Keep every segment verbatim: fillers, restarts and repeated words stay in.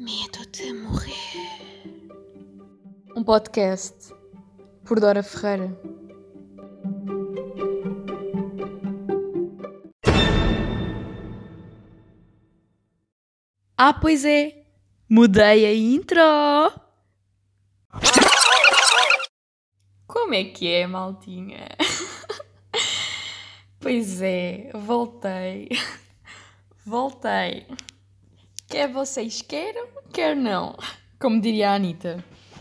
Medo de morrer. Um podcast por Dora Ferreira. Ah, pois é, mudei a intro. Como é que é, maltinha? Pois é, voltei. Voltei. Quer vocês queiram, quer não. Como diria a Anitta.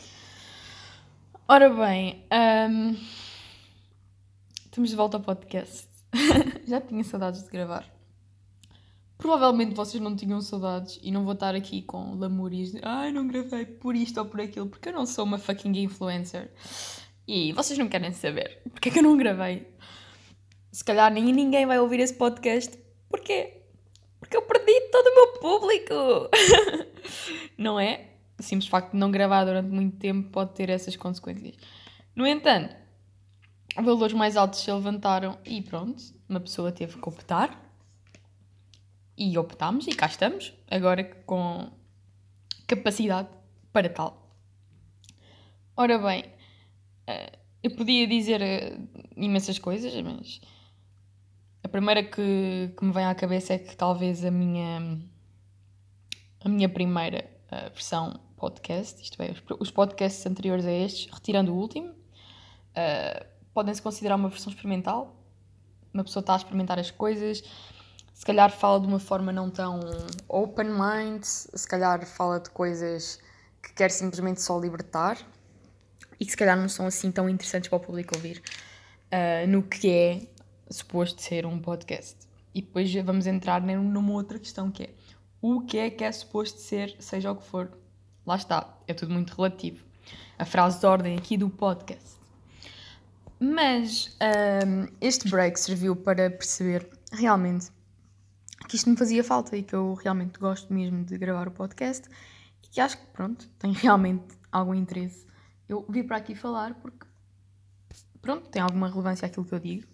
Ora bem, hum, estamos de volta ao podcast. Já tinha saudades de gravar. Provavelmente vocês não tinham saudades e não vou estar aqui com lamúrias de ai, não gravei por isto ou por aquilo, porque eu não sou uma fucking influencer. E vocês não querem saber porque é que eu não gravei. Se calhar nem ninguém vai ouvir esse podcast. Porquê? Porque eu perdi todo o meu público. Não é? O simples facto de não gravar durante muito tempo pode ter essas consequências. No entanto, valores mais altos se levantaram e pronto, uma pessoa teve que optar. E optámos e cá estamos, agora com capacidade para tal. Ora bem, eu podia dizer imensas coisas, mas a primeira que, que me vem à cabeça é que talvez a minha, a minha primeira versão podcast, isto é, os podcasts anteriores a estes, retirando o último, uh, podem-se considerar uma versão experimental. Uma pessoa está a experimentar as coisas, se calhar fala de uma forma não tão open mind, se calhar fala de coisas que quer simplesmente só libertar e que se calhar não são assim tão interessantes para o público ouvir uh, no que é suposto ser um podcast. E depois vamos entrar numa outra questão que é o que é que é suposto ser, seja o que for. Lá está, é tudo muito relativo. A frase de ordem aqui do podcast. Mas um, este break serviu para perceber realmente que isto me fazia falta e que eu realmente gosto mesmo de gravar o podcast e que acho que, pronto, tem realmente algum interesse. Eu vim para aqui falar porque, pronto, tem alguma relevância aquilo que eu digo.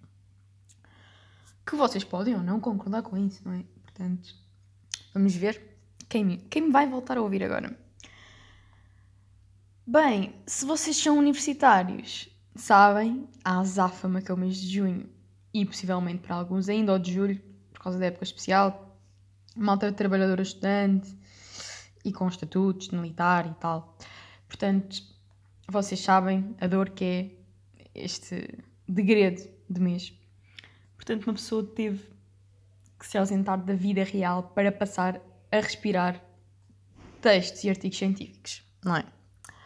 Que vocês podem ou não concordar com isso, não é? Portanto, vamos ver quem me, quem me vai voltar a ouvir agora. Bem, se vocês são universitários, sabem, a azáfama que é o mês de junho e possivelmente para alguns ainda o de julho, por causa da época especial, malta trabalhadora estudante e com estatutos de militar e tal. Portanto, vocês sabem a dor que é este degredo de mês. Portanto, uma pessoa teve que se ausentar da vida real para passar a respirar textos e artigos científicos, não é?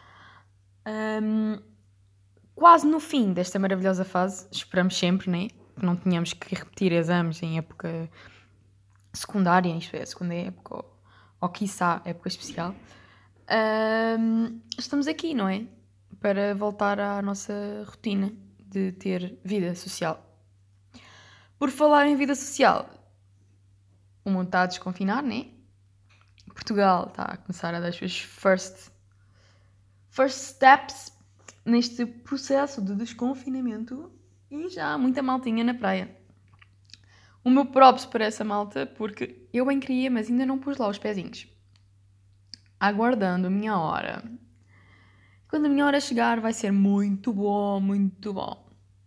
Um, quase no fim desta maravilhosa fase, esperamos sempre, né? Que não tínhamos que repetir exames em época secundária, isto é, segunda época, ou, ou quiçá época especial. Um, estamos aqui, não é? Para voltar à nossa rotina de ter vida social. Por falar em vida social, o mundo está a desconfinar, né? Portugal está a começar a dar as suas first, first steps neste processo de desconfinamento e já há muita maltinha na praia. O meu props para essa malta, porque eu bem queria, mas ainda não pus lá os pezinhos. Aguardando a minha hora. Quando a minha hora chegar vai ser muito bom, muito bom.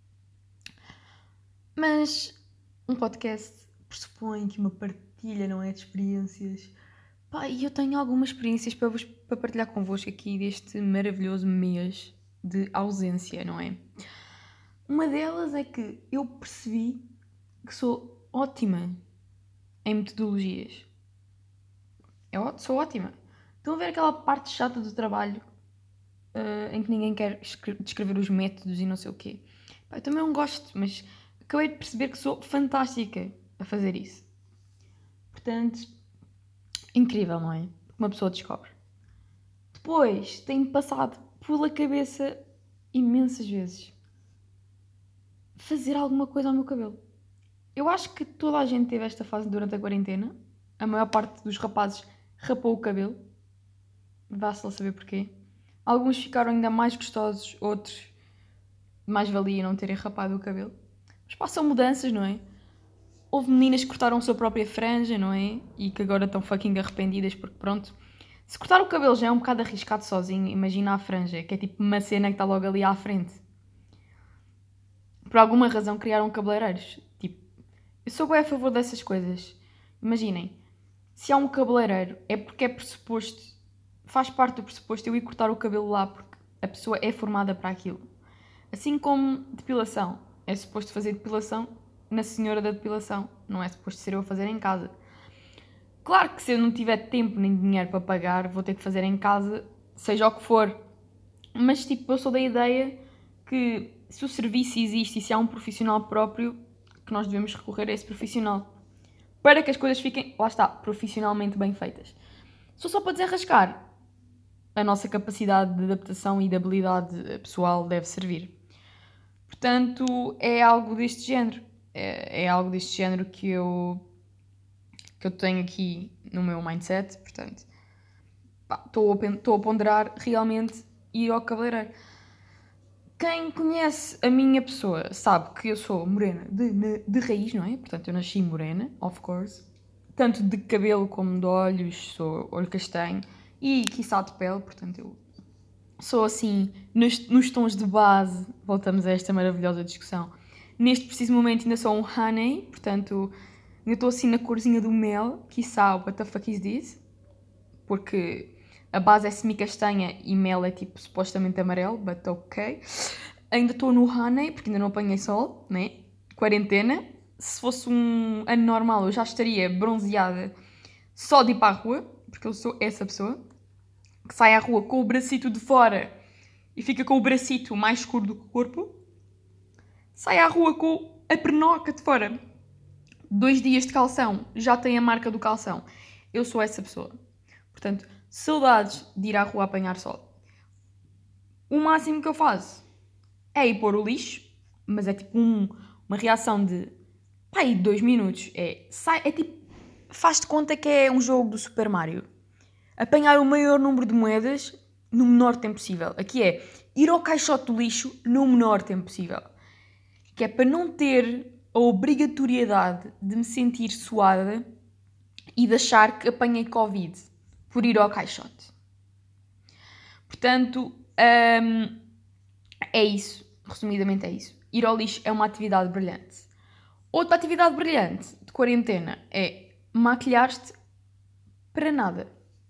Mas um podcast pressupõe que uma partilha, não é, de experiências. Pá, e eu tenho algumas experiências para, vos, para partilhar convosco aqui deste maravilhoso mês de ausência, não é? Uma delas é que eu percebi que sou ótima em metodologias. Eu sou ótima. Estão a ver aquela parte chata do trabalho uh, em que ninguém quer descrever os métodos e não sei o quê? Pá, eu também não gosto, mas acabei de perceber que sou fantástica a fazer isso. Portanto, incrível, não é? Porque uma pessoa descobre. Depois, tenho passado pela cabeça imensas vezes fazer alguma coisa ao meu cabelo. Eu acho que toda a gente teve esta fase durante a quarentena. A maior parte dos rapazes rapou o cabelo. Vá-se lá saber porquê. Alguns ficaram ainda mais gostosos, outros mais valia não terem rapado o cabelo. Mas passam mudanças, não é? Houve meninas que cortaram a sua própria franja, não é? E que agora estão fucking arrependidas porque, pronto, Se cortar o cabelo já é um bocado arriscado sozinho, imagina a franja, que é tipo uma cena que está logo ali à frente. Por alguma razão criaram cabeleireiros. Tipo, eu sou bem a favor dessas coisas. Imaginem, se há um cabeleireiro, é porque é pressuposto, faz parte do pressuposto eu ir cortar o cabelo lá, porque a pessoa é formada para aquilo. Assim como depilação. É suposto fazer depilação na senhora da depilação. Não é suposto ser eu a fazer em casa. Claro que se eu não tiver tempo nem dinheiro para pagar, vou ter que fazer em casa, seja o que for. Mas, tipo, eu sou da ideia que se o serviço existe e se há um profissional próprio, que nós devemos recorrer a esse profissional. Para que as coisas fiquem, lá está, profissionalmente bem feitas. Só só para desenrascar, a nossa capacidade de adaptação e de habilidade pessoal deve servir. Portanto, é algo deste género. É, é algo deste género que eu, que eu tenho aqui no meu mindset. Portanto, estou a, a ponderar realmente ir ao cabeleireiro. Quem conhece a minha pessoa sabe que eu sou morena de, de raiz, não é? Portanto, eu nasci morena, of course. Tanto de cabelo como de olhos, sou olho castanho. E quiçá de pele, portanto, eu sou assim, nos, nos tons de base, voltamos a esta maravilhosa discussão. Neste preciso momento ainda sou um honey, portanto, ainda estou assim na corzinha do mel, quiçá, what the fuck is this? Porque a base é semi-castanha e mel é tipo supostamente amarelo, but ok. Ainda estou no honey, porque ainda não apanhei sol, né? Quarentena. Se fosse um ano normal eu já estaria bronzeada só de ir para a rua, porque eu sou essa pessoa que sai à rua com o bracito de fora e fica com o bracito mais escuro do que o corpo. Sai à rua com a pernoca de fora. Dois dias de calção, já tem a marca do calção. Eu sou essa pessoa. Portanto, saudades de ir à rua apanhar sol. O máximo que eu faço é ir pôr o lixo, mas é tipo um, uma reação de pai, dois minutos. É, sai, é tipo, faz-te conta que é um jogo do Super Mario. Apanhar o maior número de moedas no menor tempo possível. Aqui é ir ao caixote do lixo no menor tempo possível. Que é para não ter a obrigatoriedade de me sentir suada e de achar que apanhei Covid por ir ao caixote. Portanto, hum, é isso. Resumidamente é isso. Ir ao lixo é uma atividade brilhante. Outra atividade brilhante de quarentena é maquilhar-te para nada.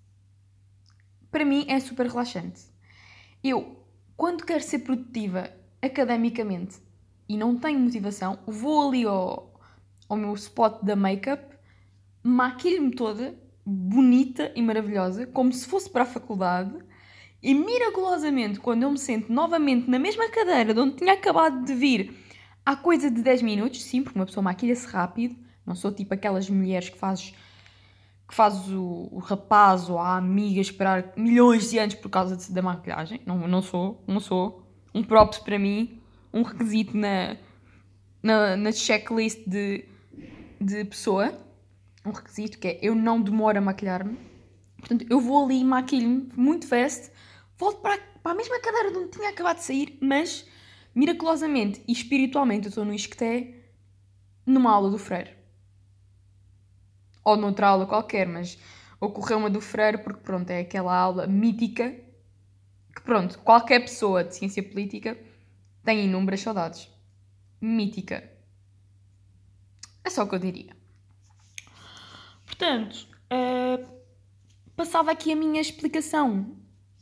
Para mim é super relaxante. Eu, quando quero ser produtiva academicamente e não tenho motivação, vou ali ao, ao meu spot da make-up, maquilho-me toda, bonita e maravilhosa, como se fosse para a faculdade, e miraculosamente, quando eu me sento novamente na mesma cadeira de onde tinha acabado de vir há coisa de dez minutos, sim, porque uma pessoa maquilha-se rápido, não sou tipo aquelas mulheres que fazes que faz o, o rapaz ou a amiga esperar milhões de anos por causa de, da maquilhagem. Não, não sou, não sou. Um props para mim, um requisito na, na, na checklist de, de pessoa. Um requisito que é eu não demoro a maquilhar-me. Portanto, eu vou ali e maquilho-me muito fast, volto para, para a mesma cadeira de onde tinha acabado de sair, mas miraculosamente e espiritualmente eu estou no Isqueté numa aula do Freire. Ou noutra aula qualquer, mas ocorreu uma do Freire porque, pronto, é aquela aula mítica que, pronto, qualquer pessoa de ciência política tem inúmeras saudades. Mítica. É só o que eu diria. Portanto, uh, passava aqui a minha explicação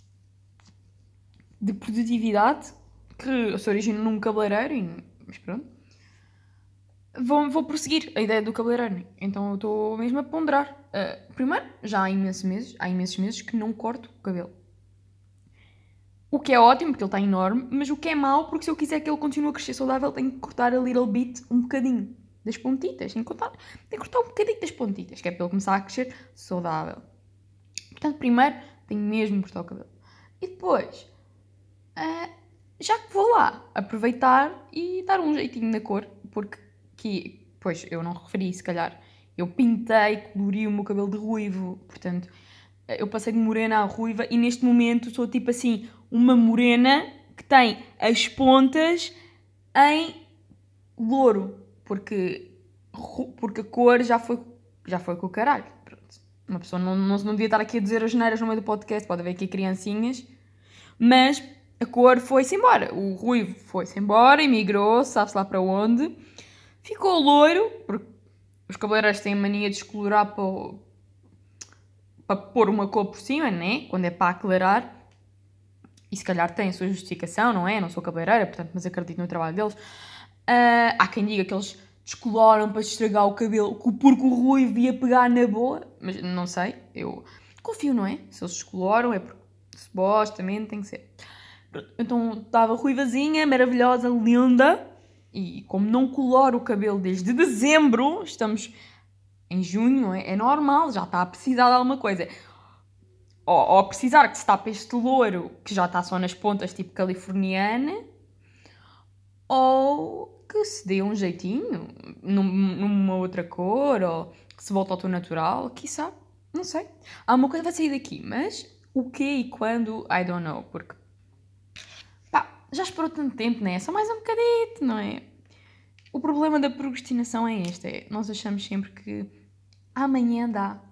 de produtividade que se origina num cabeleireiro, mas pronto. Vou, vou prosseguir a ideia do cabeleireiro. Então eu estou mesmo a ponderar. Uh, primeiro, já há imensos meses, há imensos meses que não corto o cabelo. O que é ótimo, porque ele está enorme, mas o que é mau, porque se eu quiser que ele continue a crescer saudável, tenho que cortar a little bit, um bocadinho, das pontitas. Tenho que cortar, tenho que cortar um bocadinho das pontitas, que é para ele começar a crescer saudável. Portanto, primeiro, tenho mesmo que cortar o cabelo. E depois, uh, já que vou lá, aproveitar e dar um jeitinho na cor, porque que, pois, eu não referi, se calhar, eu pintei, colori o meu cabelo de ruivo, portanto, eu passei de morena a ruiva e neste momento sou tipo assim, uma morena que tem as pontas em louro, porque, porque a cor já foi, já foi com o caralho, pronto. Uma pessoa não, não, não devia estar aqui a dizer as neiras no meio do podcast, pode haver aqui criancinhas. Mas a cor foi-se embora. O ruivo foi-se embora, emigrou, sabe-se lá para onde. Ficou loiro, porque os cabeleireiros têm a mania de descolorar para, para pôr uma cor por cima, né? Quando é para aclarar. E se calhar tem a sua justificação, não é? Não sou cabeleireira, portanto, mas acredito no trabalho deles. Uh, há quem diga que eles descoloram para estragar o cabelo, porque o ruivo ia pegar na boa. Mas não sei, eu confio, não é? Se eles descoloram é porque supostamente tem que ser. Então estava ruivazinha, maravilhosa, linda. E como não coloro o cabelo desde dezembro, estamos em junho, é, é normal, já está a precisar de alguma coisa. Ou, ou precisar que se tape este louro, que já está só nas pontas, tipo californiana, ou que se dê um jeitinho, num, numa outra cor, ou que se volte ao tom natural, quiçá, não sei. Alguma coisa vai sair daqui, mas o quê e quando, I don't know, porque pá, já esperou tanto tempo, né? Só mais um bocadito, não é? O problema da procrastinação é este, é nós achamos sempre que amanhã dá.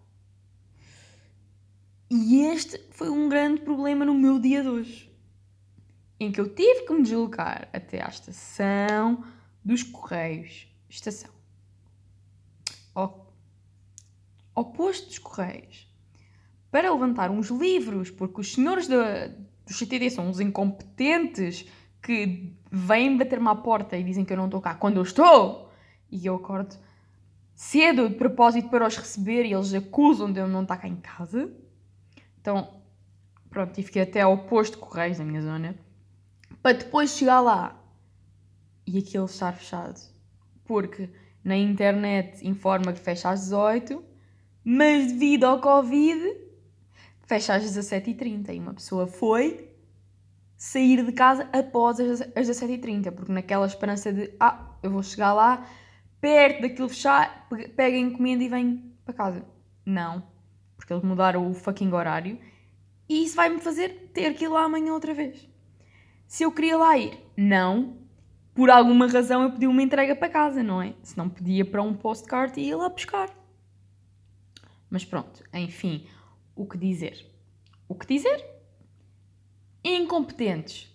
E este foi um grande problema no meu dia de hoje, em que eu tive que me deslocar até à estação dos Correios. Estação. Ao, ao posto dos Correios. Para levantar uns livros, porque os senhores da, do C T D são uns incompetentes que vêm bater-me à porta e dizem que eu não estou cá quando eu estou. E eu acordo cedo de propósito para os receber e eles acusam de eu não estar cá em casa. Então, pronto, tive que ir até ao posto de Correios da minha zona para depois chegar lá e aquilo estar fechado. Porque na internet informa que fecha às dezoito, mas devido ao Covid fecha às dezassete e trinta e uma pessoa foi sair de casa após as dezassete e trinta, porque naquela esperança de ah, eu vou chegar lá perto daquilo fechar, pega a encomenda e venho para casa. Não, porque eles mudaram o fucking horário e isso vai-me fazer ter que ir lá amanhã outra vez. Se eu queria lá ir, não, por alguma razão eu pedi uma entrega para casa, não é? Se não pedia para um postcard e ia lá buscar. Mas pronto, enfim, o que dizer? O que dizer? Incompetentes.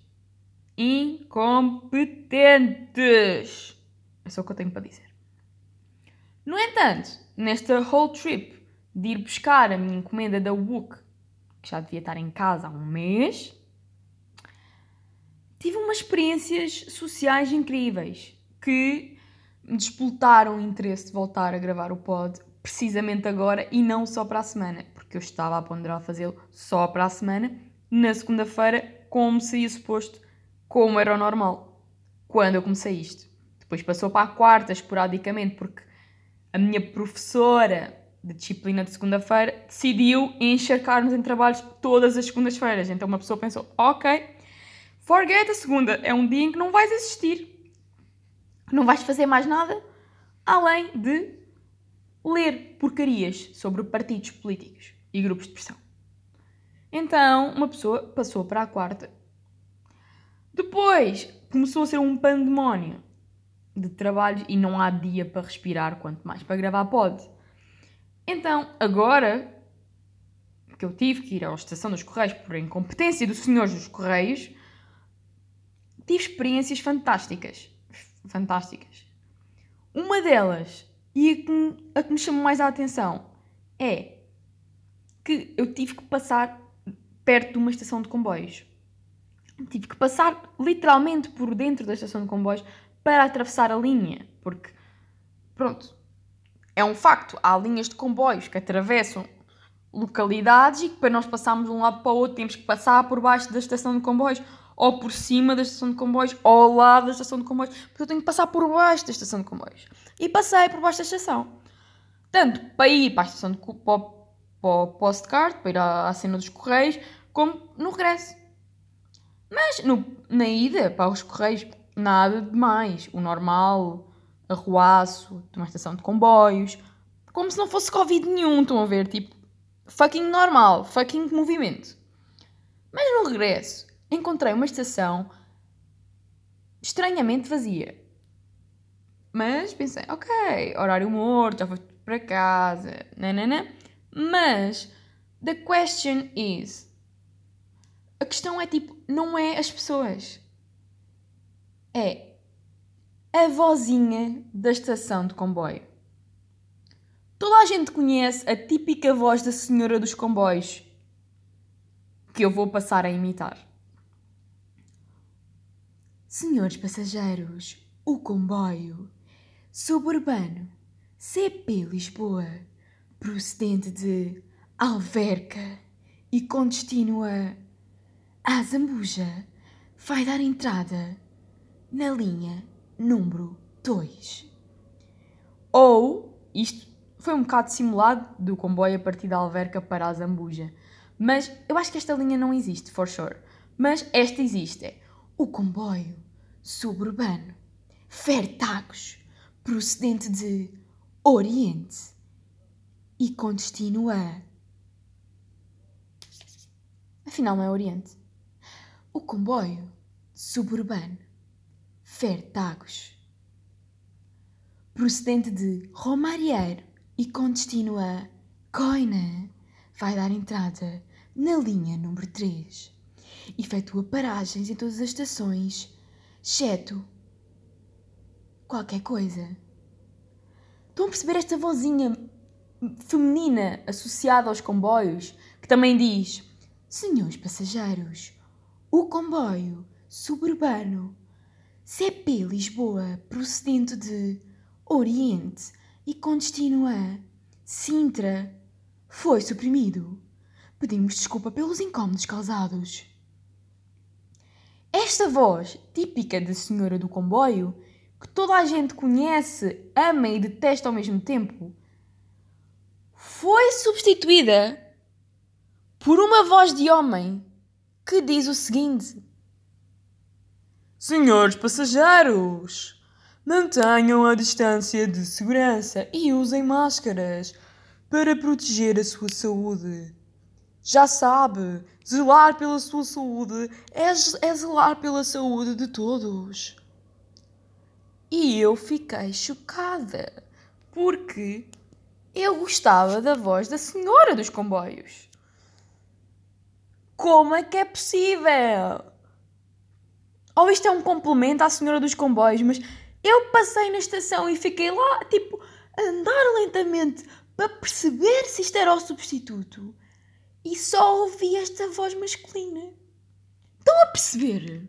Incompetentes. É só o que eu tenho para dizer. No entanto, nesta whole trip de ir buscar a minha encomenda da W O O C, que já devia estar em casa há um mês, tive umas experiências sociais incríveis que me despoltaram o interesse de voltar a gravar o pod precisamente agora e não só para a semana, porque eu estava a ponderar fazê-lo só para a semana, na segunda-feira, como seria suposto, como era o normal, quando eu comecei isto. Depois passou para a quarta, esporadicamente, porque a minha professora de disciplina de segunda-feira decidiu encharcar-nos em trabalhos todas as segundas-feiras. Então uma pessoa pensou, ok, forget a segunda, é um dia em que não vais assistir, não vais fazer mais nada, além de ler porcarias sobre partidos políticos e grupos de pressão. Então uma pessoa passou para a quarta. Depois começou a ser um pandemónio de trabalho e não há dia para respirar, quanto mais para gravar pod. Então, agora que eu tive que ir à estação dos Correios por incompetência dos senhores dos Correios, tive experiências fantásticas. Fantásticas. Uma delas, e a que me, a que me chamou mais a atenção, é que eu tive que passar perto de uma estação de comboios. Tive que passar literalmente por dentro da estação de comboios para atravessar a linha, porque, pronto, é um facto, há linhas de comboios que atravessam localidades e que para nós passarmos de um lado para o outro temos que passar por baixo da estação de comboios, ou por cima da estação de comboios, ou ao lado da estação de comboios, porque eu tenho que passar por baixo da estação de comboios. E passei por baixo da estação. Tanto para ir para a estação de para, para o postcard, para ir à, à cena dos Correios, como no regresso. Mas no, na ida para os Correios, nada de mais. O normal, arruaço de uma estação de comboios, como se não fosse Covid nenhum, estão a ver? Tipo, fucking normal, fucking movimento. Mas no regresso, encontrei uma estação estranhamente vazia. Mas pensei, ok, horário morto, já fui para casa, nanana. Mas, the question is... A questão é tipo, não é as pessoas. É a vozinha da estação de comboio. Toda a gente conhece a típica voz da senhora dos comboios, que eu vou passar a imitar. Senhores passageiros, o comboio suburbano C P Lisboa, procedente de Alverca e com destino a, a Zambuja, vai dar entrada na linha número dois. Ou, isto foi um bocado simulado do comboio a partir da Alverca para a Zambuja, mas eu acho que esta linha não existe, for sure. Mas esta existe, é o comboio suburbano Fertagos, procedente de Oriente e com destino a... Afinal não é Oriente. O comboio suburbano Fertagos, procedente de Romarieiro e com destino a Coina, vai dar entrada na linha número três. Efetua paragens em todas as estações, exceto qualquer coisa. Estão a perceber esta vozinha feminina associada aos comboios, que também diz: senhores passageiros, o comboio suburbano C P Lisboa, procedente de Oriente e com destino a Sintra, foi suprimido. Pedimos desculpa pelos incómodos causados. Esta voz típica da senhora do comboio, que toda a gente conhece, ama e detesta ao mesmo tempo, foi substituída por uma voz de homem que diz o seguinte: senhores passageiros, mantenham a distância de segurança e usem máscaras para proteger a sua saúde. Já sabe, zelar pela sua saúde é, é zelar pela saúde de todos. E eu fiquei chocada, porque eu gostava da voz da senhora dos comboios. Como é que é possível? Ou isto é um complemento à senhora dos comboios, mas eu passei na estação e fiquei lá, tipo, a andar lentamente para perceber se isto era o substituto. E só ouvi esta voz masculina. Estão a perceber?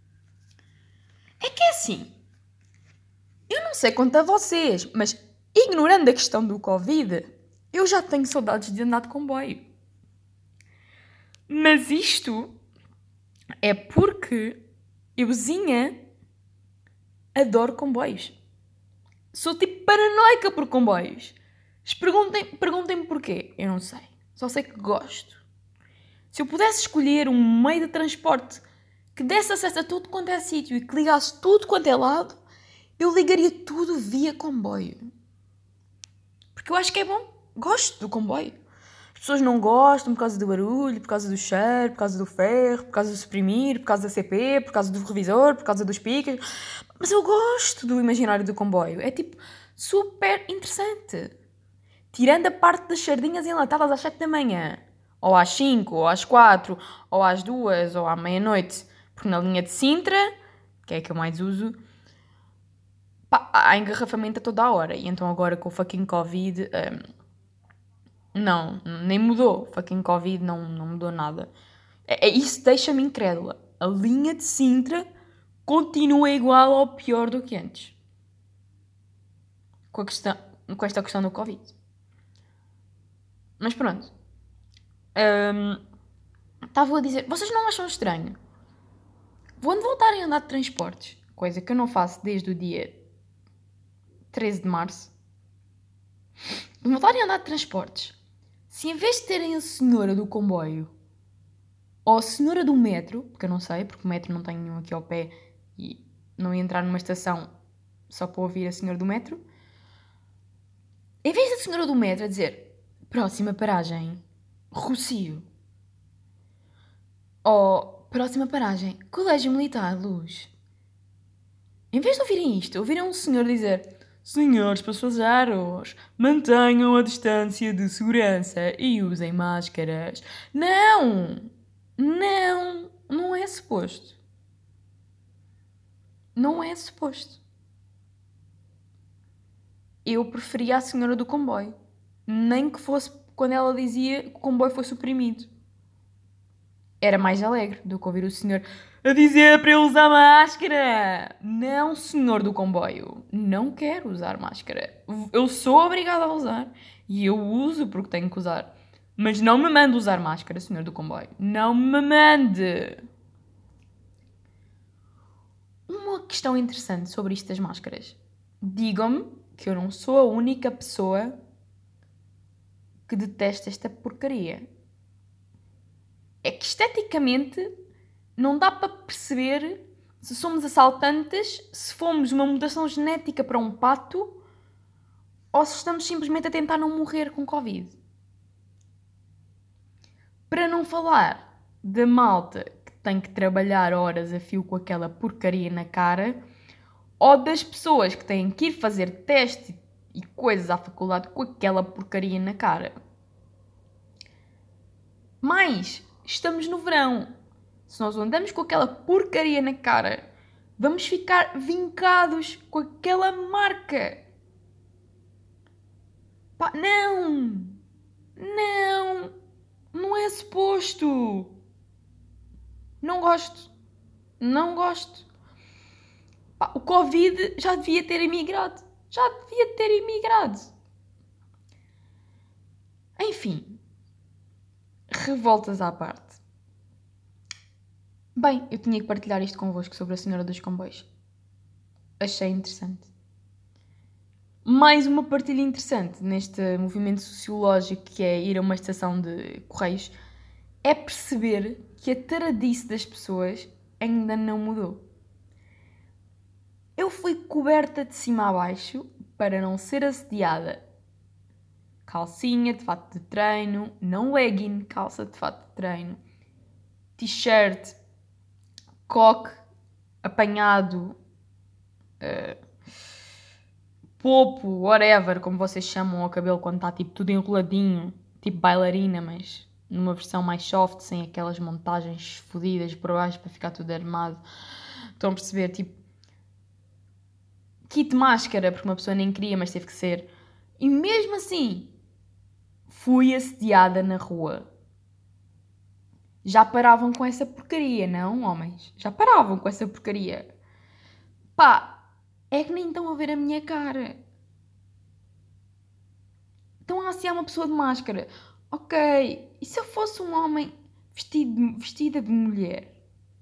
É que é assim, eu não sei quanto a vocês, mas ignorando a questão do Covid, eu já tenho saudades de andar de comboio. Mas isto é porque euzinha adoro comboios. Sou tipo paranoica por comboios. Perguntem, perguntem-me porquê. Eu não sei. Só sei que gosto. Se eu pudesse escolher um meio de transporte que desse acesso a tudo quanto é sítio e que ligasse tudo quanto é lado, eu ligaria tudo via comboio. Porque eu acho que é bom. Gosto do comboio. As pessoas não gostam por causa do barulho, por causa do cheiro, por causa do ferro, por causa do suprimir, por causa da C P, por causa do revisor, por causa dos piques. Mas eu gosto do imaginário do comboio. É tipo super interessante. Tirando a parte das sardinhas enlatadas às sete da manhã, ou às cinco, ou às quatro, ou às duas, ou à meia-noite, porque na linha de Sintra, que é a que eu mais uso, pá, há engarrafamento a toda a hora. E então agora com o fucking Covid, um, não, nem mudou. Fucking Covid não, não mudou nada. É, é, isso deixa-me incrédula. A linha de Sintra continua igual ou pior do que antes. Com, a questão, com esta questão do Covid. Mas pronto. Estava um, a dizer... Vocês não acham estranho? Quando voltarem a andar de transportes, coisa que eu não faço desde o dia treze de março, quando voltarem a andar de transportes, se em vez de terem a senhora do comboio ou a senhora do metro, porque eu não sei, porque o metro não tem nenhum aqui ao pé e não ia entrar numa estação só para ouvir a senhora do metro, em vez da senhora do metro a dizer próxima paragem, Rocio, ou próxima paragem, Colégio Militar Luz, em vez de ouvirem isto, ouvirem um senhor dizer Senhores passageiros, mantenham a distância de segurança e usem máscaras. Não! Não! Não é suposto. Não é suposto. Eu preferia a senhora do comboio. Nem que fosse quando ela dizia que o comboio foi suprimido. Era mais alegre do que ouvir o senhor a dizer para eu usar máscara. Não, senhor do comboio. Não quero usar máscara. Eu sou obrigada a usar. E eu uso porque tenho que usar. Mas não me mande usar máscara, senhor do comboio. Não me mande. Uma questão interessante sobre isto das máscaras. Digam-me que eu não sou a única pessoa que detesta esta porcaria. É que esteticamente não dá para perceber se somos assaltantes, se fomos uma mutação genética para um pato ou se estamos simplesmente a tentar não morrer com Covid. Para não falar da malta que tem que trabalhar horas a fio com aquela porcaria na cara, ou das pessoas que têm que ir fazer teste e coisas à faculdade com aquela porcaria na cara. Mas estamos no verão. Se nós andamos com aquela porcaria na cara, vamos ficar vincados com aquela marca. Pá, não! Não! Não é suposto! Não gosto. Não gosto. Pá, o Covid já devia ter emigrado. Já devia ter emigrado. Enfim. Revoltas à parte. Bem, eu tinha que partilhar isto convosco sobre a Senhora dos Comboios. Achei interessante. Mais uma partilha interessante neste movimento sociológico que é ir a uma estação de correios é perceber que a taradice das pessoas ainda não mudou. Eu fui coberta de cima a baixo para não ser assediada. Calcinha de fato de treino, não legging, calça de fato de treino, t-shirt, coque, apanhado, uh, popo, whatever, como vocês chamam ao cabelo quando está tipo tudo enroladinho, tipo bailarina, mas numa versão mais soft, sem aquelas montagens fodidas por baixo para ficar tudo armado. Estão a perceber? Tipo, kit máscara, porque uma pessoa nem queria, mas teve que ser. E mesmo assim, fui assediada na rua. Já paravam com essa porcaria, não, homens? Já paravam com essa porcaria. Pá, é que nem estão a ver a minha cara. Estão a assediar uma pessoa de máscara. Ok, e se eu fosse um homem vestido, vestida de mulher?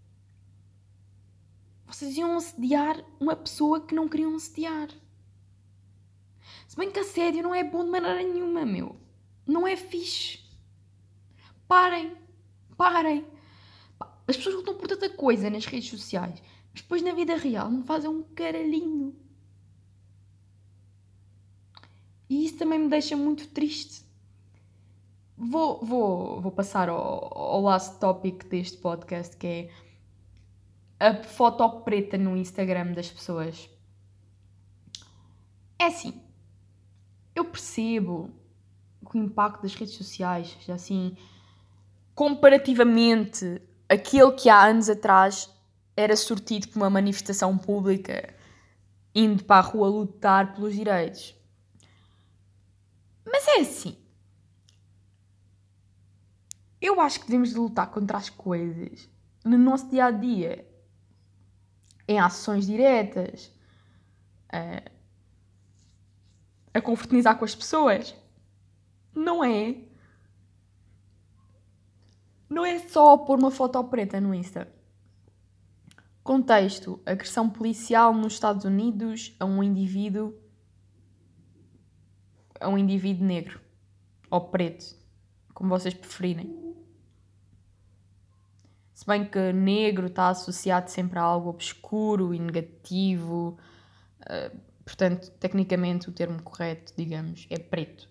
Vocês iam assediar uma pessoa que não queriam assediar. Se bem que assédio não é bom de maneira nenhuma, meu. Não é fixe. Parem. Parem. As pessoas lutam por tanta coisa nas redes sociais, mas depois na vida real não fazem um caralhinho. E isso também me deixa muito triste. Vou, vou, vou passar ao, ao last topic deste podcast, que é a foto preta no Instagram das pessoas. É assim, eu percebo que o impacto das redes sociais, já assim, comparativamente, aquele que há anos atrás era sortido por uma manifestação pública, indo para a rua lutar pelos direitos. Mas é assim, eu acho que devemos de lutar contra as coisas no nosso dia-a-dia, em ações diretas, a, a confraternizar com as pessoas. Não é... Não é só pôr uma foto preta no Insta. Contexto: agressão policial nos Estados Unidos a um indivíduo a um indivíduo negro ou preto, como vocês preferirem. Se bem que negro está associado sempre a algo obscuro e negativo, uh, portanto, tecnicamente o termo correto, digamos, é preto.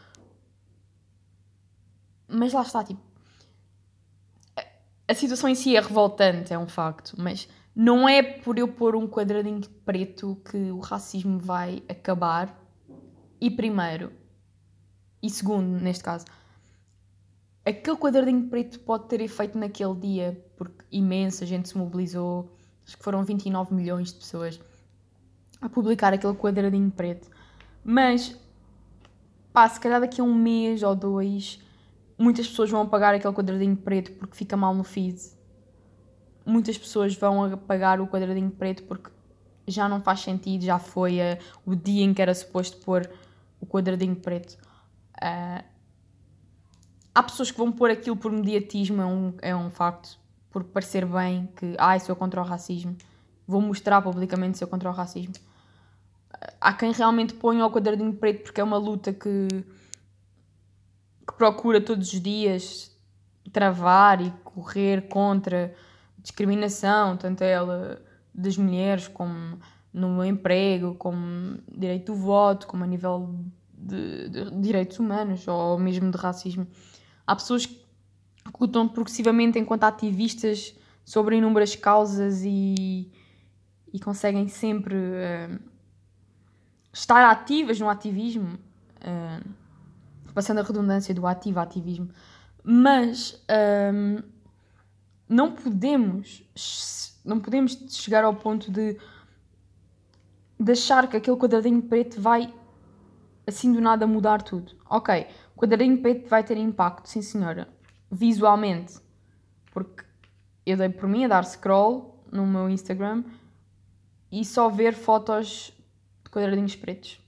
Mas lá está, tipo, a situação em si é revoltante, é um facto, mas não é por eu pôr um quadradinho preto que o racismo vai acabar. E primeiro, e segundo, neste caso, aquele quadradinho preto pode ter efeito naquele dia, porque imensa gente se mobilizou, acho que foram vinte e nove milhões de pessoas a publicar aquele quadradinho preto. Mas, pá, se calhar daqui a um mês ou dois, muitas pessoas vão apagar aquele quadradinho preto porque fica mal no feed. Muitas pessoas vão apagar o quadradinho preto porque já não faz sentido, já foi uh, o dia em que era suposto pôr o quadradinho preto. Uh, há pessoas que vão pôr aquilo por mediatismo, é um, é um facto, por parecer bem que, ai, sou contra o racismo, vou mostrar publicamente que sou contra o racismo. Uh, há quem realmente ponha o quadradinho preto porque é uma luta que, que procura todos os dias travar e correr contra discriminação, tanto ela das mulheres, como no emprego, como direito do voto, como a nível de, de direitos humanos ou mesmo de racismo. Há pessoas que lutam progressivamente enquanto ativistas sobre inúmeras causas e, e conseguem sempre uh, estar ativas no ativismo, uh, passando a redundância do ativo ativismo, mas um, não podemos não podemos chegar ao ponto de, de achar que aquele quadradinho preto vai assim do nada mudar tudo. Ok, o quadradinho preto vai ter impacto, sim senhora, visualmente, porque eu dei por mim a dar scroll no meu Instagram e só ver fotos de quadradinhos pretos.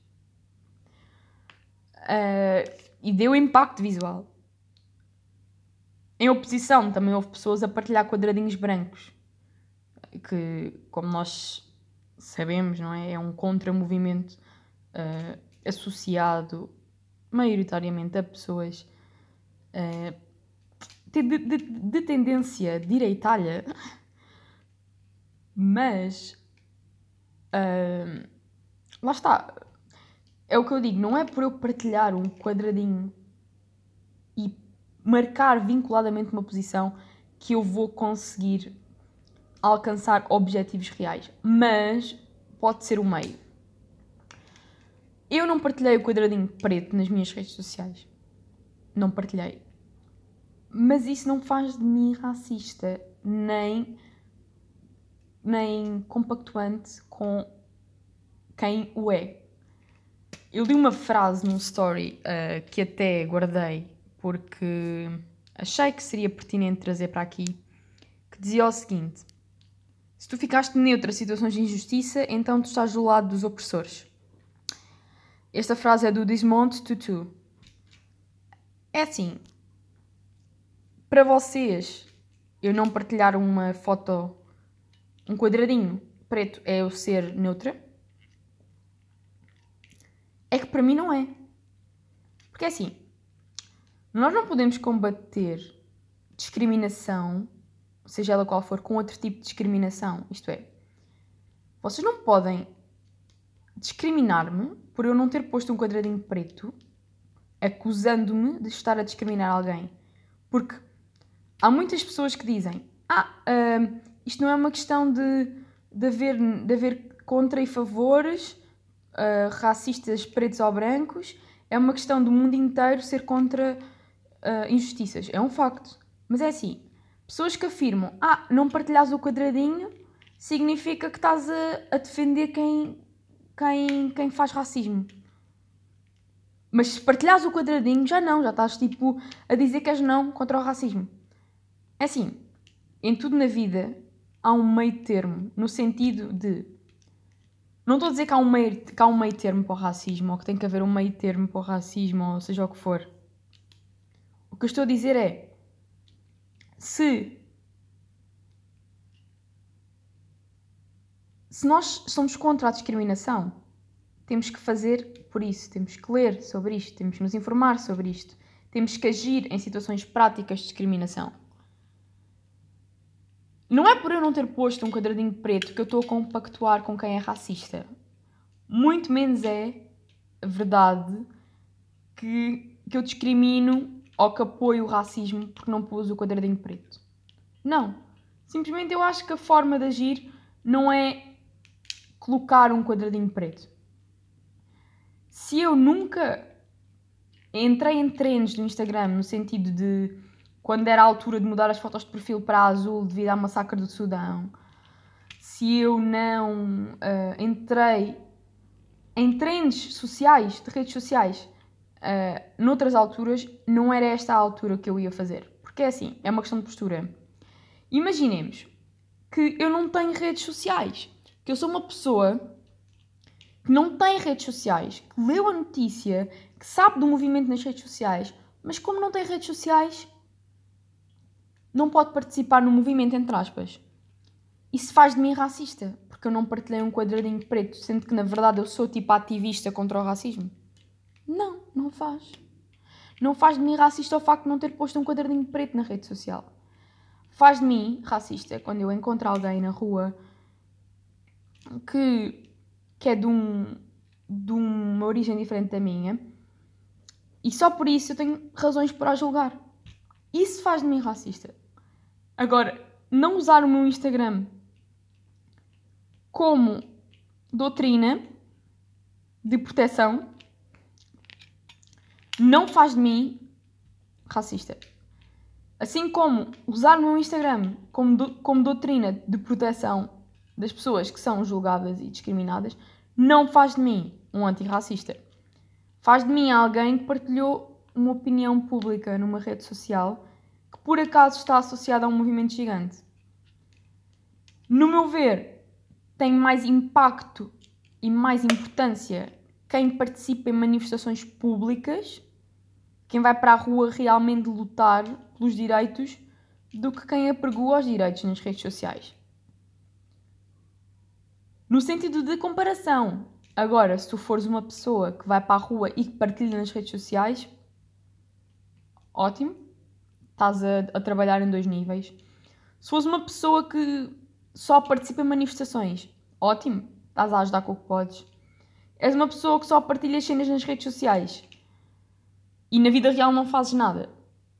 Uh, e deu impacto visual. Em oposição, também houve pessoas a partilhar quadradinhos brancos, que, como nós sabemos, não é? É um contramovimento uh, associado maioritariamente a pessoas uh, de, de, de tendência direitalha, mas uh, lá está. É o que eu digo, não é por eu partilhar um quadradinho e marcar vinculadamente uma posição que eu vou conseguir alcançar objetivos reais, mas pode ser o meio. Eu não partilhei o quadradinho preto nas minhas redes sociais, não partilhei, mas isso não faz de mim racista, nem, nem compactuante com quem o é. Eu li uma frase num story uh, que até guardei porque achei que seria pertinente trazer para aqui, que dizia o seguinte: se tu ficaste neutro a situações de injustiça, então tu estás do lado dos opressores. Esta frase é do Desmond Tutu. É assim, para vocês, eu não partilhar uma foto, um quadradinho preto, é eu ser neutra? É que para mim não é. Porque é assim, nós não podemos combater discriminação, seja ela qual for, com outro tipo de discriminação. Isto é, vocês não podem discriminar-me por eu não ter posto um quadradinho preto, acusando-me de estar a discriminar alguém. Porque há muitas pessoas que dizem: ah, uh, isto não é uma questão de, de, haver, de haver contra e favores, uh, racistas pretos ou brancos, é uma questão do mundo inteiro ser contra uh, injustiças. É um facto. Mas é assim, pessoas que afirmam: ah, não partilhas o quadradinho, significa que estás a, a defender quem, quem, quem faz racismo. Mas se partilhas o quadradinho, já não, já estás tipo a dizer que és não contra o racismo. É assim, em tudo na vida há um meio termo, no sentido de... Não estou a dizer que há, um meio, que há um meio termo para o racismo, ou que tem que haver um meio termo para o racismo, ou seja o que for. O que eu estou a dizer é, se... Se nós somos contra a discriminação, temos que fazer por isso, temos que ler sobre isto, temos que nos informar sobre isto, temos que agir em situações práticas de discriminação. Não é por eu não ter posto um quadradinho preto que eu estou a compactuar com quem é racista. Muito menos é verdade que, que eu discrimino ou que apoio o racismo porque não pus o quadradinho preto. Não. Simplesmente eu acho que a forma de agir não é colocar um quadradinho preto. Se eu nunca entrei em trends do Instagram, no sentido de quando era a altura de mudar as fotos de perfil para azul devido à massacre do Sudão, se eu não uh, entrei em trends sociais, de redes sociais, uh, noutras alturas, não era esta a altura que eu ia fazer. Porque é assim, é uma questão de postura. Imaginemos que eu não tenho redes sociais, que eu sou uma pessoa que não tem redes sociais, que leu a notícia, que sabe do movimento nas redes sociais, mas como não tem redes sociais, não pode participar no movimento, entre aspas. Isso faz de mim racista, porque eu não partilhei um quadradinho preto, sendo que na verdade eu sou tipo ativista contra o racismo. Não, não faz. Não faz de mim racista o facto de não ter posto um quadradinho preto na rede social. Faz de mim racista quando eu encontro alguém na rua que, que é de, um, de uma origem diferente da minha e só por isso eu tenho razões para a julgar. Isso faz de mim racista. Agora, não usar o meu Instagram como doutrina de proteção não faz de mim racista. Assim como usar o meu Instagram como, do, como doutrina de proteção das pessoas que são julgadas e discriminadas não faz de mim um antirracista. Faz de mim alguém que partilhou uma opinião pública numa rede social que por acaso está associada a um movimento gigante. No meu ver, tem mais impacto e mais importância quem participa em manifestações públicas, quem vai para a rua realmente lutar pelos direitos, do que quem apregoa os direitos nas redes sociais. No sentido de comparação. Agora, se tu fores uma pessoa que vai para a rua e que partilha nas redes sociais, ótimo, estás a, a trabalhar em dois níveis. Se fores uma pessoa que só participa em manifestações, ótimo, estás a ajudar com o que podes. És uma pessoa que só partilha cenas nas redes sociais e na vida real não fazes nada.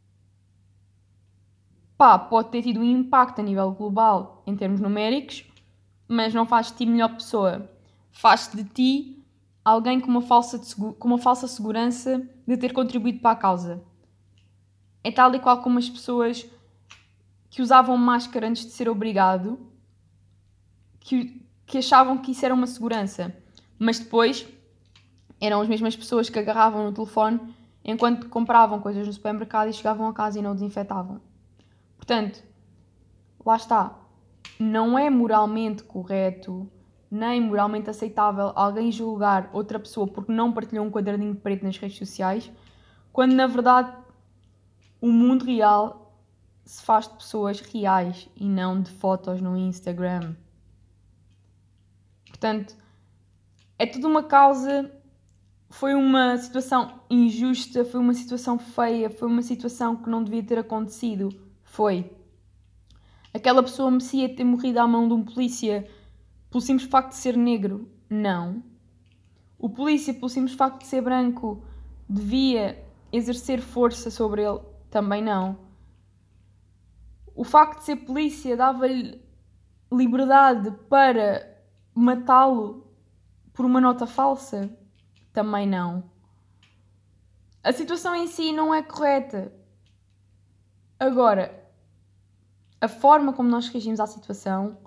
Pá, pode ter tido um impacto a nível global em termos numéricos, mas não faz de ti melhor pessoa. Faz de ti alguém com uma, falsa de, com uma falsa segurança de ter contribuído para a causa. É tal e qual como as pessoas que usavam máscara antes de ser obrigado, que, que achavam que isso era uma segurança, mas depois eram as mesmas pessoas que agarravam no telefone enquanto compravam coisas no supermercado e chegavam a casa e não o desinfetavam. Portanto, lá está. Não é moralmente correto, nem moralmente aceitável alguém julgar outra pessoa porque não partilhou um quadradinho preto nas redes sociais, quando na verdade o mundo real se faz de pessoas reais e não de fotos no Instagram. Portanto, é tudo uma causa, foi uma situação injusta, foi uma situação feia, foi uma situação que não devia ter acontecido. Foi. Aquela pessoa merecia ter morrido à mão de um polícia pelo simples facto de ser negro? Não. O polícia, pelo simples facto de ser branco, devia exercer força sobre ele? Também não. O facto de ser polícia dava-lhe liberdade para matá-lo por uma nota falsa? Também não. A situação em si não é correta. Agora, a forma como nós reagimos à situação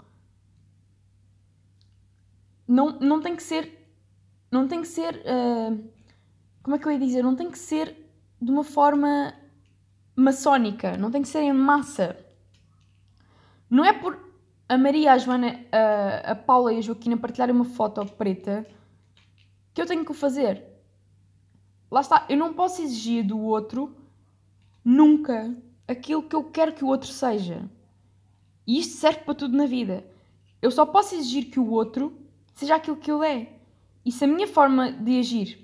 não, não tem que ser, não tem que ser, uh, como é que eu ia dizer, não tem que ser de uma forma maçónica, não tem que ser em massa. Não é por a Maria, a Joana, a, a Paula e a Joaquina partilharem uma foto preta que eu tenho que o fazer. Lá está, eu não posso exigir do outro nunca aquilo que eu quero que o outro seja. E isto serve para tudo na vida. Eu só posso exigir que o outro seja aquilo que ele é. E se a minha forma de agir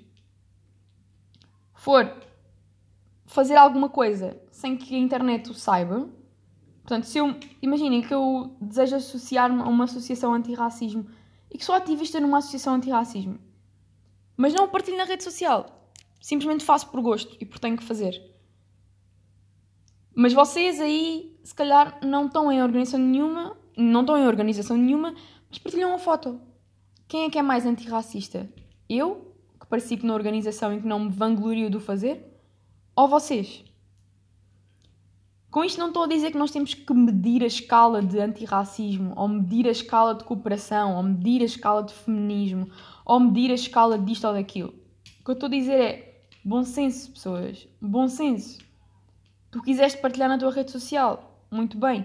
for fazer alguma coisa sem que a internet o saiba, portanto, se eu, imaginem que eu desejo associar-me a uma associação antirracismo e que sou ativista numa associação antirracismo, mas não o partilho na rede social, simplesmente faço por gosto e por tenho que fazer. Mas vocês aí, se calhar, não estão em organização nenhuma, não estão em organização nenhuma, Mas partilham a foto. Quem é que é mais antirracista? Eu, que participo na organização e que não me vanglorio do fazer? Ou vocês? Com isto não estou a dizer que nós temos que medir a escala de antirracismo, ou medir a escala de cooperação, ou medir a escala de feminismo, ou medir a escala disto ou daquilo. O que eu estou a dizer é bom senso, pessoas. Bom senso. Tu quiseste partilhar na tua rede social. Muito bem.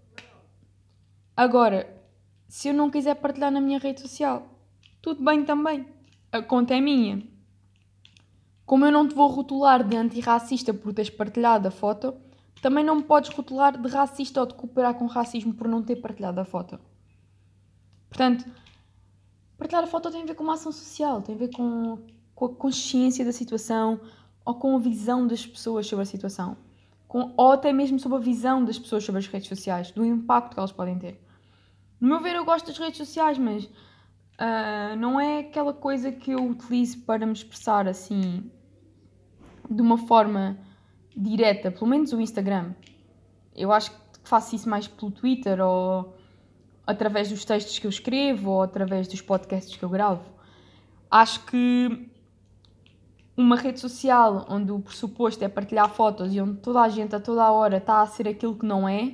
Agora, se eu não quiser partilhar na minha rede social, tudo bem também. A conta é minha. Como eu não te vou rotular de antirracista por teres partilhado a foto, também não me podes rotular de racista ou de cooperar com racismo por não ter partilhado a foto. Portanto, partilhar a foto tem a ver com uma ação social, tem a ver com, com a consciência da situação ou com a visão das pessoas sobre a situação. Com, ou até mesmo sobre a visão das pessoas sobre as redes sociais, do impacto que elas podem ter. No meu ver, eu gosto das redes sociais, mas uh, não é aquela coisa que eu utilizo para me expressar assim de uma forma direta, pelo menos o Instagram. Eu acho que faço isso mais pelo Twitter ou através dos textos que eu escrevo ou através dos podcasts que eu gravo. Acho que uma rede social onde o pressuposto é partilhar fotos e onde toda a gente a toda a hora está a ser aquilo que não é,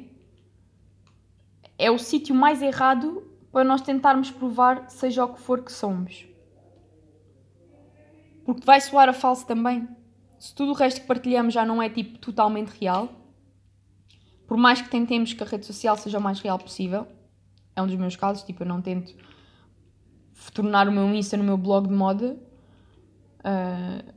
é o sítio mais errado para nós tentarmos provar seja o que for que somos. Porque vai soar a falso também. Se tudo o resto que partilhamos já não é tipo totalmente real, por mais que tentemos que a rede social seja o mais real possível, é um dos meus casos, tipo, eu não tento tornar o meu Insta no meu blog de moda, uh,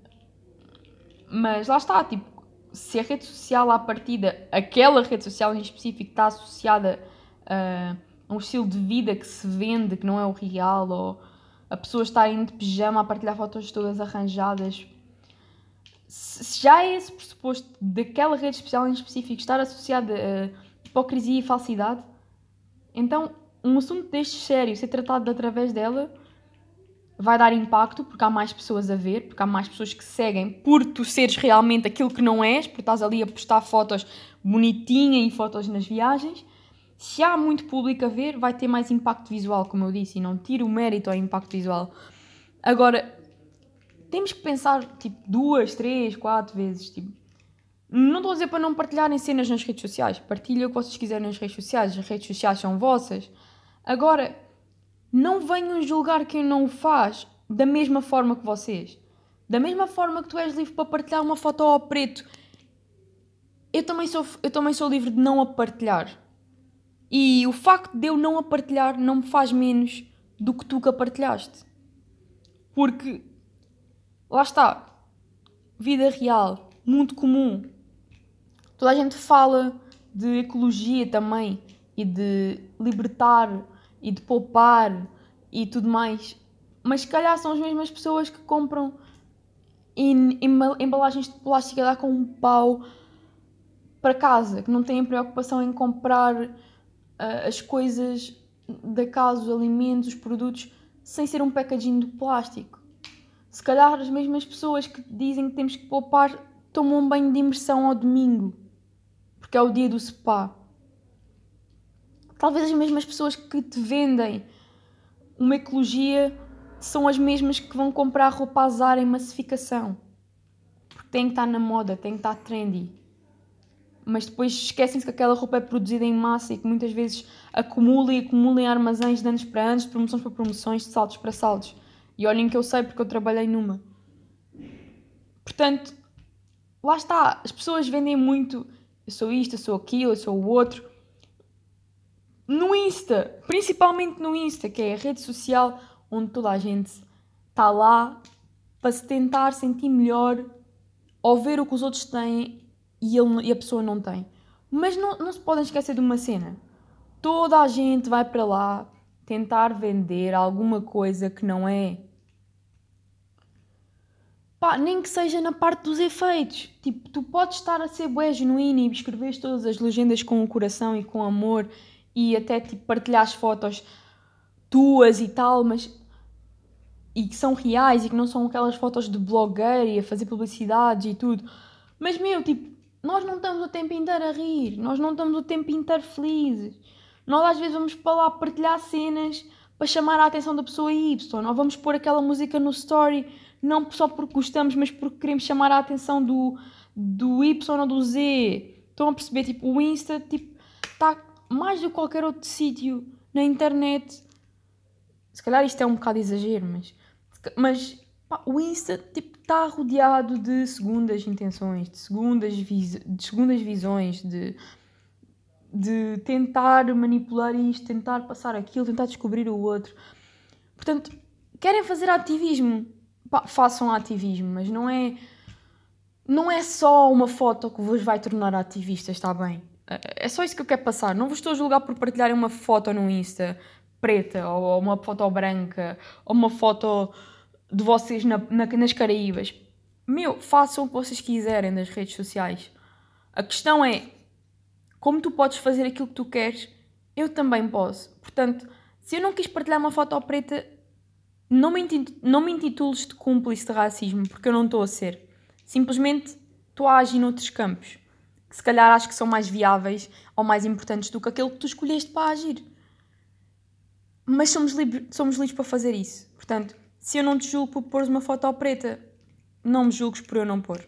mas lá está, tipo, se a rede social à partida, aquela rede social em específico está associada uh, a um estilo de vida que se vende, que não é o real, ou a pessoa está indo de pijama a partilhar fotos todas arranjadas, se já é esse pressuposto daquela rede social em específico estar associada a hipocrisia e falsidade, então um assunto deste sério ser tratado através dela vai dar impacto porque há mais pessoas a ver, porque há mais pessoas que seguem por tu seres realmente aquilo que não és, porque estás ali a postar fotos bonitinhas e fotos nas viagens. Se há muito público a ver, vai ter mais impacto visual, como eu disse, e não tiro o mérito ao impacto visual. Agora, temos que pensar, tipo, duas, três, quatro vezes, tipo... Não estou a dizer para não partilharem cenas nas redes sociais. Partilhem o que vocês quiserem nas redes sociais. As redes sociais são vossas. Agora, não venham julgar quem não o faz da mesma forma que vocês. Da mesma forma que tu és livre para partilhar uma foto ao preto, eu também sou, eu também sou livre de não a partilhar. E o facto de eu não a partilhar não me faz menos do que tu que a partilhaste. Porque... lá está, vida real, mundo comum. Toda a gente fala de ecologia também, e de libertar, e de poupar, e tudo mais. Mas se calhar são as mesmas pessoas que compram em, em embalagens de plástico a dar com um pau para casa, que não têm preocupação em comprar uh, as coisas da casa, os alimentos, os produtos, sem ser um packaging de plástico. Se calhar as mesmas pessoas que dizem que temos que poupar tomam um banho de imersão ao domingo, porque é o dia do spa. Talvez as mesmas pessoas que te vendem uma ecologia são as mesmas que vão comprar roupa a Zara em massificação, porque tem que estar na moda, tem que estar trendy. Mas depois esquecem-se que aquela roupa é produzida em massa e que muitas vezes acumula e acumula em armazéns de anos para anos, de promoções para promoções, de saltos para saltos. E olhem que eu sei porque eu trabalhei numa. Portanto, lá está. As pessoas vendem muito. Eu sou isto, eu sou aquilo, eu sou o outro. No Insta. Principalmente no Insta, que é a rede social onde toda a gente está lá para se tentar sentir melhor ou ver o que os outros têm e, ele, e a pessoa não tem. Mas não, não se podem esquecer de uma cena. Toda a gente vai para lá tentar vender alguma coisa que não é. Pá, nem que seja na parte dos efeitos. Tipo, tu podes estar a ser bué genuíno e escreveres todas as legendas com o coração e com amor e até tipo, partilhar as fotos tuas e tal, mas... e que são reais e que não são aquelas fotos de blogueira e a fazer publicidades e tudo. Mas, meu, tipo, nós não estamos o tempo inteiro a rir. Nós não estamos o tempo inteiro felizes. Nós às vezes vamos para lá partilhar cenas para chamar a atenção da pessoa Y. Ou vamos pôr aquela música no story, não só porque gostamos, mas porque queremos chamar a atenção do, do Y ou do Z. Estão a perceber? Tipo, o Insta tipo, está mais do que qualquer outro sítio na internet. Se calhar isto é um bocado exagero, mas, mas pá, o Insta tipo, está rodeado de segundas intenções, de segundas, vis, de segundas visões, de, de tentar manipular isto, tentar passar aquilo, tentar descobrir o outro. Portanto, querem fazer ativismo? Pá, façam ativismo, mas não é, não é só uma foto que vos vai tornar ativistas, está bem? É só isso que eu quero passar. Não vos estou a julgar por partilharem uma foto no Insta preta, ou uma foto branca, ou uma foto de vocês na, na, nas Caraíbas. Meu, façam o que vocês quiserem nas redes sociais. A questão é, como tu podes fazer aquilo que tu queres, eu também posso. Portanto, se eu não quis partilhar uma foto preta, não me, intitules, não me intitules de cúmplice de racismo, porque eu não estou a ser. Simplesmente estou a agir noutros campos, que se calhar acho que são mais viáveis ou mais importantes do que aquele que tu escolheste para agir. Mas somos livres, somos livres para fazer isso. Portanto, se eu não te julgo por pôres uma foto preta, não me julgues por eu não pôr.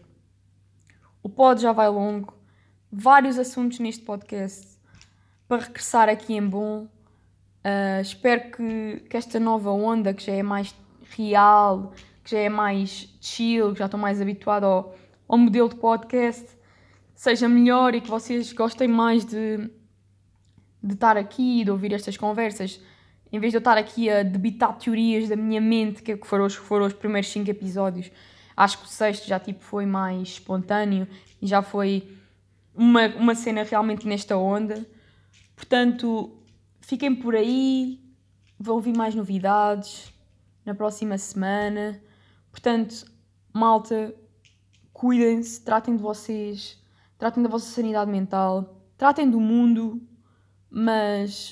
O pod já vai longo. Vários assuntos neste podcast para regressar aqui em bom. Uh, espero que, que esta nova onda, que já é mais real, que já é mais chill, que já estou mais habituada ao, ao modelo de podcast, seja melhor e que vocês gostem mais de, de estar aqui, de ouvir estas conversas. Em vez de eu estar aqui a debitar teorias da minha mente, que foram os, foram os primeiros cinco episódios, acho que o sexto já tipo, foi mais espontâneo e já foi uma, uma cena realmente nesta onda. Portanto, fiquem por aí, vão ouvir mais novidades na próxima semana. Portanto, malta, cuidem-se, tratem de vocês, tratem da vossa sanidade mental, tratem do mundo, mas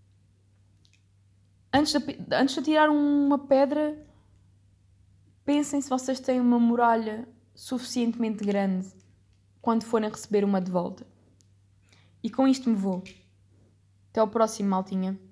antes de, antes de tirar uma pedra, pensem se vocês têm uma muralha suficientemente grande quando forem receber uma de volta. E com isto me vou. Até ao próximo, maltinha.